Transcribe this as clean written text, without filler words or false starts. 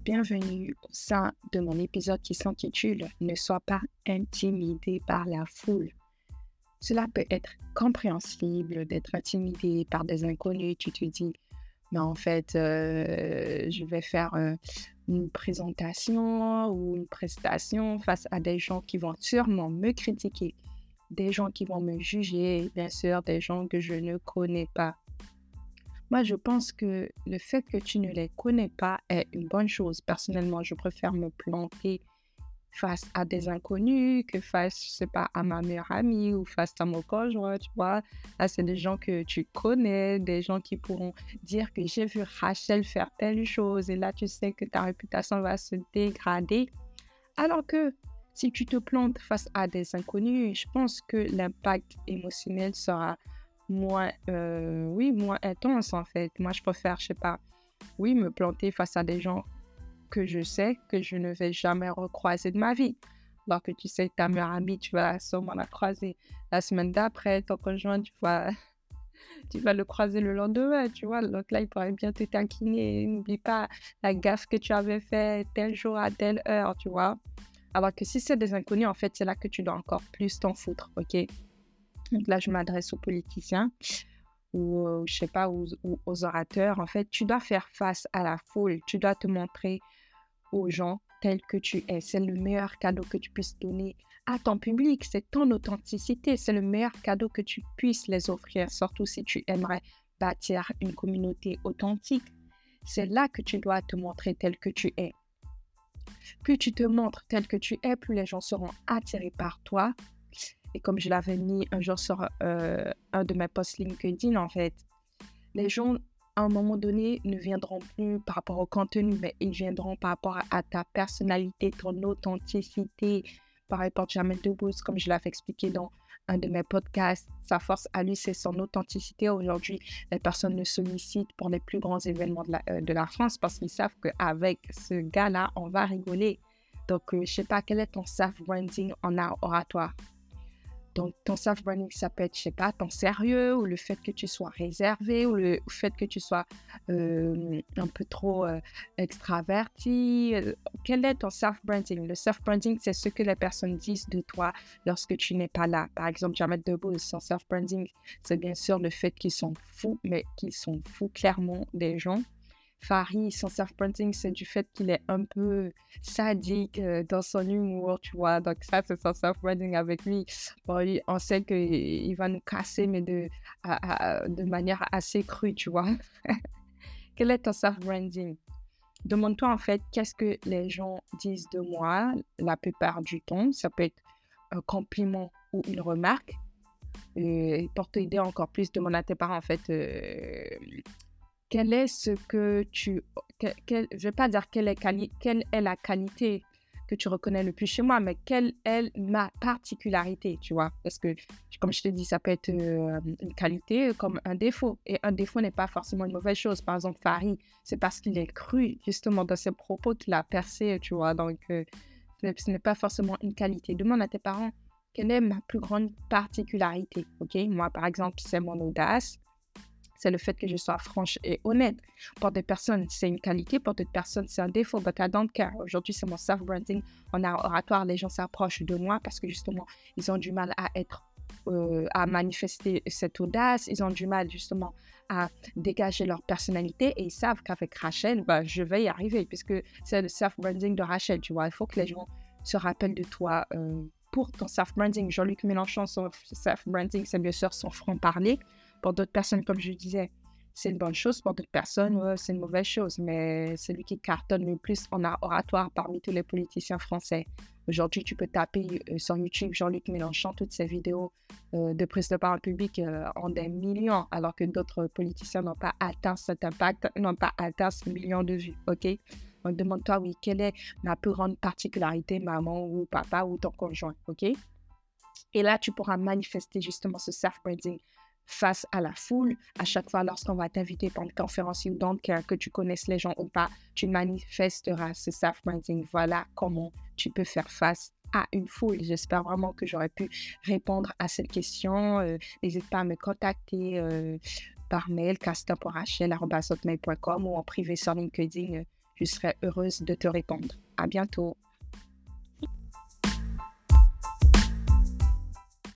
Bienvenue au sein de mon épisode qui s'intitule Ne sois pas intimidé par la foule. Cela peut être compréhensible d'être intimidé par des inconnus. Tu te dis, mais en fait, je vais faire une présentation ou une prestation face à des gens qui vont sûrement me critiquer, des gens qui vont me juger, bien sûr, des gens que je ne connais pas. Moi, je pense que le fait que tu ne les connais pas est une bonne chose. Personnellement, je préfère me planter face à des inconnus que face, je sais pas, à ma meilleure amie ou face à mon conjoint, tu vois. Là, c'est des gens que tu connais, des gens qui pourront dire que j'ai vu Rachel faire telle chose et là, tu sais que ta réputation va se dégrader. Alors que si tu te plantes face à des inconnus, je pense que l'impact émotionnel sera moins intense en fait. Moi, je préfère, je sais pas, oui, me planter face à des gens que je sais que je ne vais jamais recroiser de ma vie. Alors que tu sais, ta meilleure amie, tu vas sûrement la croiser la semaine d'après, ton conjoint, tu vas le croiser le lendemain, tu vois. Donc là, il pourrait bien te taquiner. N'oublie pas la gaffe que tu avais fait tel jour à telle heure, tu vois. Alors que si c'est des inconnus, en fait, c'est là que tu dois encore plus t'en foutre, ok? Donc là, je m'adresse aux politiciens ou, je sais pas, aux orateurs. En fait, tu dois faire face à la foule. Tu dois te montrer aux gens tel que tu es. C'est le meilleur cadeau que tu puisses donner à ton public. C'est ton authenticité. C'est le meilleur cadeau que tu puisses les offrir, surtout si tu aimerais bâtir une communauté authentique. C'est là que tu dois te montrer tel que tu es. Plus tu te montres tel que tu es, plus les gens seront attirés par toi. Et comme je l'avais mis un jour sur un de mes posts LinkedIn, en fait, les gens, à un moment donné, ne viendront plus par rapport au contenu, mais ils viendront par rapport à ta personnalité, ton authenticité. Par exemple, Jamel Debbouze, comme je l'avais expliqué dans un de mes podcasts, sa force à lui, c'est son authenticité. Aujourd'hui, les personnes le sollicitent pour les plus grands événements de la France parce qu'ils savent qu'avec ce gars-là, on va rigoler. Donc, je ne sais pas, quel est ton self-branding en art oratoire? Donc, ton self-branding, ça peut être, je sais pas, ton sérieux ou le fait que tu sois réservé ou le fait que tu sois un peu trop extraverti. Quel est ton self-branding? Le self-branding, c'est ce que les personnes disent de toi lorsque tu n'es pas là. Par exemple, Jamel Debbouze, son self-branding, c'est bien sûr le fait qu'ils sont fous, mais qu'ils sont fous clairement des gens. Farid, son self-branding, c'est du fait qu'il est un peu sadique dans son humour, tu vois. Donc ça, c'est son self-branding avec lui. Bon, lui, on sait qu'il va nous casser, mais de manière assez crue, tu vois. Quel est ton self-branding? Demande-toi en fait, qu'est-ce que les gens disent de moi la plupart du temps. Ça peut être un compliment ou une remarque. Et pour t'aider encore plus, demande à tes parents en fait quel est ce que tu... je ne vais pas dire quelle est la qualité que tu reconnais le plus chez moi, mais quelle est ma particularité, tu vois? Parce que, comme je te dis, ça peut être une qualité comme un défaut. Et un défaut n'est pas forcément une mauvaise chose. Par exemple, Farid, c'est parce qu'il est cru, justement, dans ses propos qu'il a percé, tu vois? Donc, ce n'est pas forcément une qualité. Demande à tes parents, quelle est ma plus grande particularité, ok? Moi, par exemple, c'est mon audace. C'est le fait que je sois franche et honnête. Pour des personnes, c'est une qualité. Pour d'autres personnes, c'est un défaut. But I don't care. Aujourd'hui, c'est mon self-branding. En art oratoire, les gens s'approchent de moi parce que justement, ils ont du mal à manifester cette audace. Ils ont du mal justement à dégager leur personnalité et ils savent qu'avec Rachel, bah, je vais y arriver puisque c'est le self-branding de Rachel. Tu vois, il faut que les gens se rappellent de toi pour ton self-branding. Jean-Luc Mélenchon, son self-branding, c'est bien sûr son franc-parler. Pour d'autres personnes, comme je disais, c'est une bonne chose. Pour d'autres personnes, c'est une mauvaise chose. Mais celui qui cartonne le plus en art oratoire parmi tous les politiciens français. Aujourd'hui, tu peux taper sur YouTube Jean-Luc Mélenchon, toutes ces vidéos de prise de parole publique ont des millions, alors que d'autres politiciens n'ont pas atteint cet impact, n'ont pas atteint ce million de vues. OK? Donc, demande-toi, oui, quelle est ma plus grande particularité, maman ou papa ou ton conjoint. OK? Et là, tu pourras manifester justement ce self-branding face à la foule. À chaque fois, lorsqu'on va t'inviter pour une conférence ou donc que tu connaisses les gens ou pas, tu manifesteras ce self-branding. Voilà comment tu peux faire face à une foule. J'espère vraiment que j'aurais pu répondre à cette question. N'hésite pas à me contacter par mail, castor.rachel@hotmail.com ou en privé sur LinkedIn. je serai heureuse de te répondre. À bientôt.